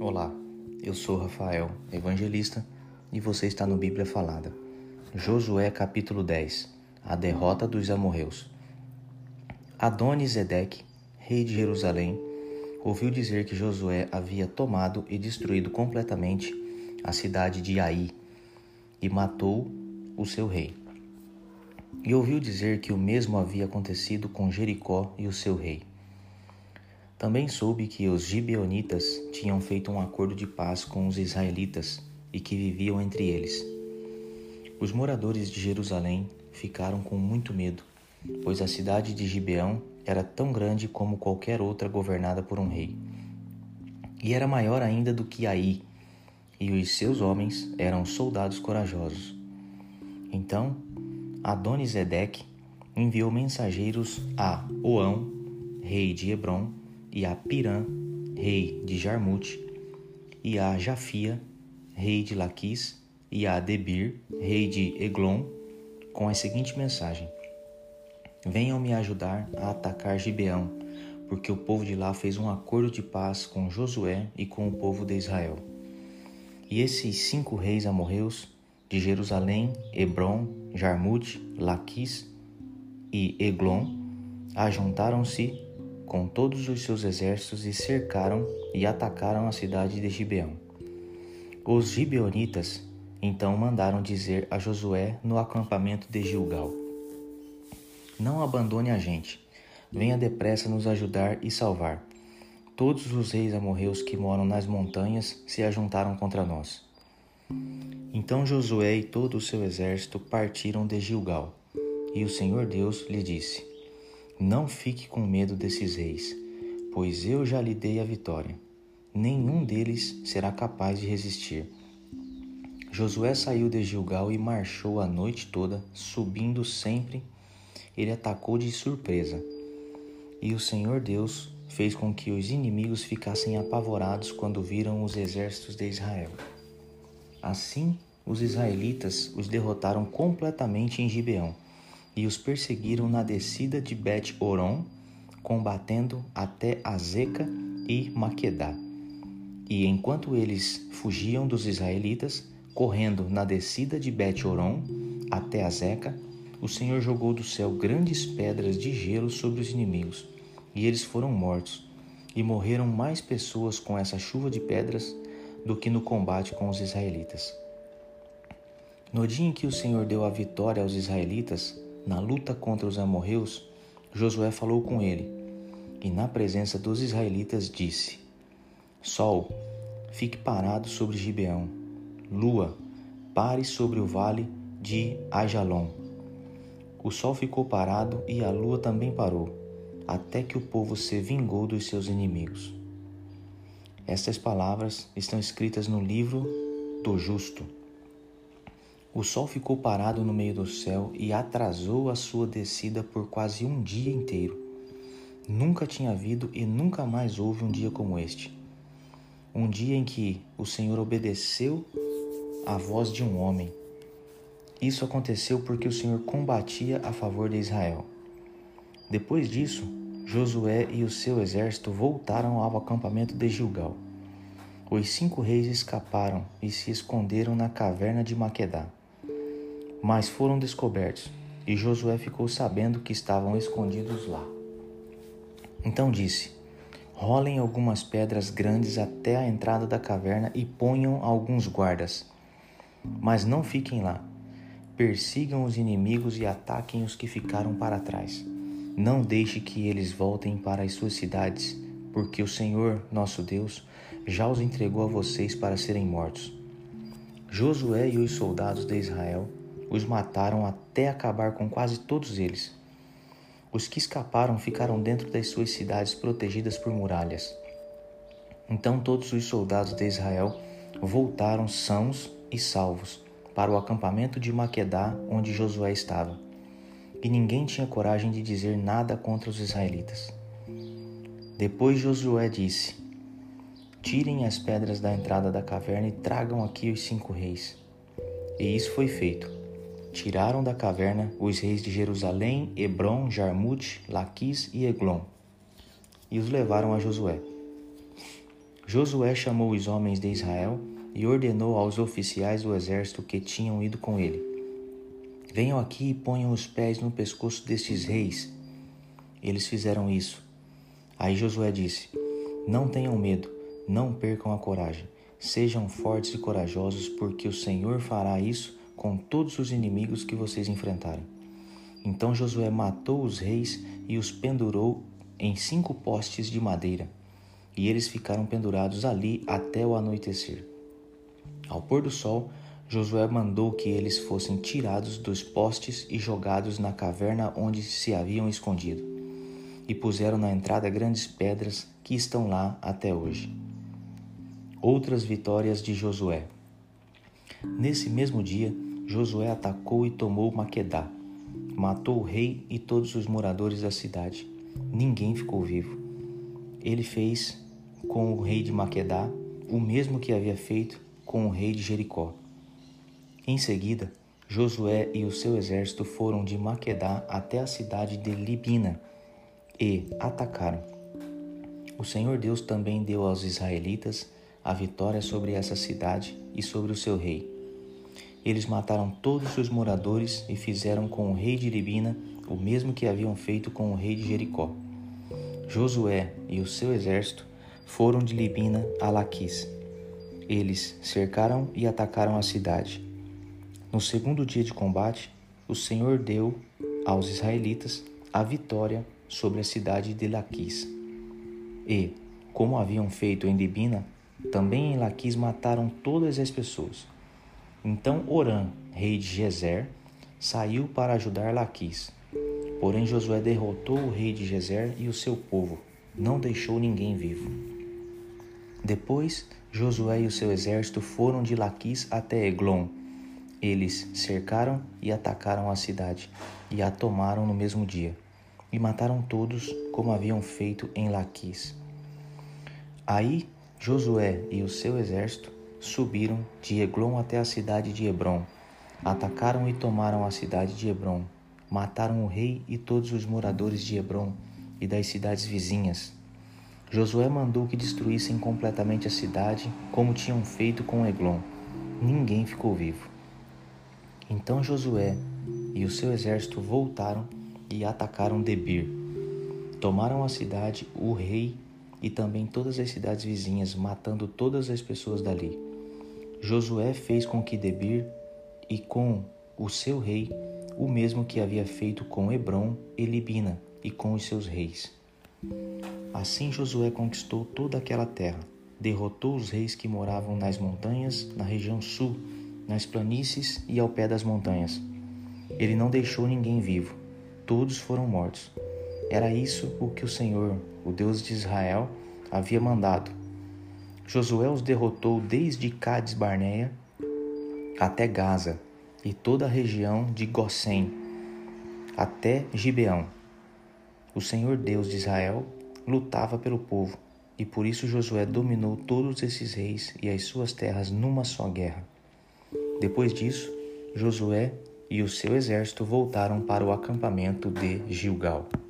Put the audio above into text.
Olá, eu sou Rafael, evangelista, e você está no Bíblia Falada. Josué capítulo 10, a derrota dos amorreus. Adoni-Zedeque, rei de Jerusalém, ouviu dizer que Josué havia tomado e destruído completamente a cidade de Ai e matou o seu rei. E ouviu dizer que o mesmo havia acontecido com Jericó e o seu rei. Também soube que os gibeonitas tinham feito um acordo de paz com os israelitas e que viviam entre eles. Os moradores de Jerusalém ficaram com muito medo, pois a cidade de Gibeão era tão grande como qualquer outra governada por um rei. E era maior ainda do que Ai, e os seus homens eram soldados corajosos. Então, Adoni-Zedeque enviou mensageiros a Oão, rei de Hebrom, e a Pirã, rei de Jarmute, e a Jafia, rei de Laquis, e a Debir, rei de Eglon, com a seguinte mensagem: venham me ajudar a atacar Gibeão, porque o povo de lá fez um acordo de paz com Josué e com o povo de Israel. E esses 5 reis amorreus, de Jerusalém, Hebrom, Jarmute, Laquis e Eglon, ajuntaram-se com todos os seus exércitos e cercaram e atacaram a cidade de Gibeão. Os gibeonitas então mandaram dizer a Josué no acampamento de Gilgal: não abandone a gente, venha depressa nos ajudar e salvar. Todos os reis amorreus que moram nas montanhas se ajuntaram contra nós. Então Josué e todo o seu exército partiram de Gilgal, e o Senhor Deus lhe disse: não fique com medo desses reis, pois eu já lhe dei a vitória. Nenhum deles será capaz de resistir. Josué saiu de Gilgal e marchou a noite toda, subindo sempre. Ele atacou de surpresa. E o Senhor Deus fez com que os inimigos ficassem apavorados quando viram os exércitos de Israel. Assim, os israelitas os derrotaram completamente em Gibeão e os perseguiram na descida de Bet-Horon, combatendo até Azeca e Maquedá. E enquanto eles fugiam dos israelitas, correndo na descida de Bet-Horon até Azeca, o Senhor jogou do céu grandes pedras de gelo sobre os inimigos, e eles foram mortos, e morreram mais pessoas com essa chuva de pedras do que no combate com os israelitas. No dia em que o Senhor deu a vitória aos israelitas, na luta contra os amorreus, Josué falou com ele, e na presença dos israelitas disse: Sol, fique parado sobre Gibeão. Lua, pare sobre o vale de Ajalon. O sol ficou parado e a lua também parou, até que o povo se vingou dos seus inimigos. Estas palavras estão escritas no livro do Justo. O sol ficou parado no meio do céu e atrasou a sua descida por quase um dia inteiro. Nunca tinha havido e nunca mais houve um dia como este. Um dia em que o Senhor obedeceu à voz de um homem. Isso aconteceu porque o Senhor combatia a favor de Israel. Depois disso, Josué e o seu exército voltaram ao acampamento de Gilgal. Os 5 reis escaparam e se esconderam na caverna de Maquedá. Mas foram descobertos, e Josué ficou sabendo que estavam escondidos lá. Então disse: rolem algumas pedras grandes até a entrada da caverna e ponham alguns guardas. Mas não fiquem lá. Persigam os inimigos e ataquem os que ficaram para trás. Não deixe que eles voltem para as suas cidades, porque o Senhor, nosso Deus, já os entregou a vocês para serem mortos. Josué e os soldados de Israel os mataram até acabar com quase todos eles. Os que escaparam ficaram dentro das suas cidades protegidas por muralhas. Então todos os soldados de Israel voltaram sãos e salvos para o acampamento de Maquedá, onde Josué estava. E ninguém tinha coragem de dizer nada contra os israelitas. Depois Josué disse: tirem as pedras da entrada da caverna e tragam aqui os 5 reis. E isso foi feito. Tiraram da caverna os reis de Jerusalém, Hebrom, Jarmute, Laquis e Eglon, e os levaram a Josué. Josué chamou os homens de Israel e ordenou aos oficiais do exército que tinham ido com ele: venham aqui e ponham os pés no pescoço destes reis. Eles fizeram isso. Aí Josué disse: não tenham medo, não percam a coragem. Sejam fortes e corajosos, porque o Senhor fará isso com todos os inimigos que vocês enfrentarem. Então Josué matou os reis e os pendurou em 5 postes de madeira, e eles ficaram pendurados ali até o anoitecer. Ao pôr do sol, Josué mandou que eles fossem tirados dos postes e jogados na caverna onde se haviam escondido, e puseram na entrada grandes pedras que estão lá até hoje. Outras vitórias de Josué. Nesse mesmo dia, Josué atacou e tomou Maquedá. Matou o rei e todos os moradores da cidade. Ninguém ficou vivo. Ele fez com o rei de Maquedá o mesmo que havia feito com o rei de Jericó. Em seguida, Josué e o seu exército foram de Maquedá até a cidade de Libina e atacaram. O Senhor Deus também deu aos israelitas a vitória sobre essa cidade e sobre o seu rei. Eles mataram todos os moradores e fizeram com o rei de Libina o mesmo que haviam feito com o rei de Jericó. Josué e o seu exército foram de Libina a Laquis. Eles cercaram e atacaram a cidade. No segundo dia de combate, o Senhor deu aos israelitas a vitória sobre a cidade de Laquis. E, como haviam feito em Libina, também em Laquis mataram todas as pessoas. Então Orã, rei de Gezer, saiu para ajudar Laquis. Porém Josué derrotou o rei de Gezer e o seu povo, não deixou ninguém vivo. Depois, Josué e o seu exército foram de Laquis até Eglon. Eles cercaram e atacaram a cidade, e a tomaram no mesmo dia, e mataram todos como haviam feito em Laquis. Aí Josué e o seu exército subiram de Eglon até a cidade de Hebrom. Atacaram e tomaram a cidade de Hebrom. Mataram o rei e todos os moradores de Hebrom e das cidades vizinhas. Josué mandou que destruíssem completamente a cidade, como tinham feito com Eglon. Ninguém ficou vivo. Então Josué e o seu exército voltaram e atacaram Debir. Tomaram a cidade, o rei e também todas as cidades vizinhas, matando todas as pessoas dali. Josué fez com que Debir e com o seu rei o mesmo que havia feito com Hebrom e Libina e com os seus reis. Assim Josué conquistou toda aquela terra, derrotou os reis que moravam nas montanhas, na região sul, nas planícies e ao pé das montanhas. Ele não deixou ninguém vivo, todos foram mortos. Era isso o que o Senhor, o Deus de Israel, havia mandado. Josué os derrotou desde Cades-Barneia até Gaza e toda a região de Gósen até Gibeão. O Senhor Deus de Israel lutava pelo povo, e por isso Josué dominou todos esses reis e as suas terras numa só guerra. Depois disso, Josué e o seu exército voltaram para o acampamento de Gilgal.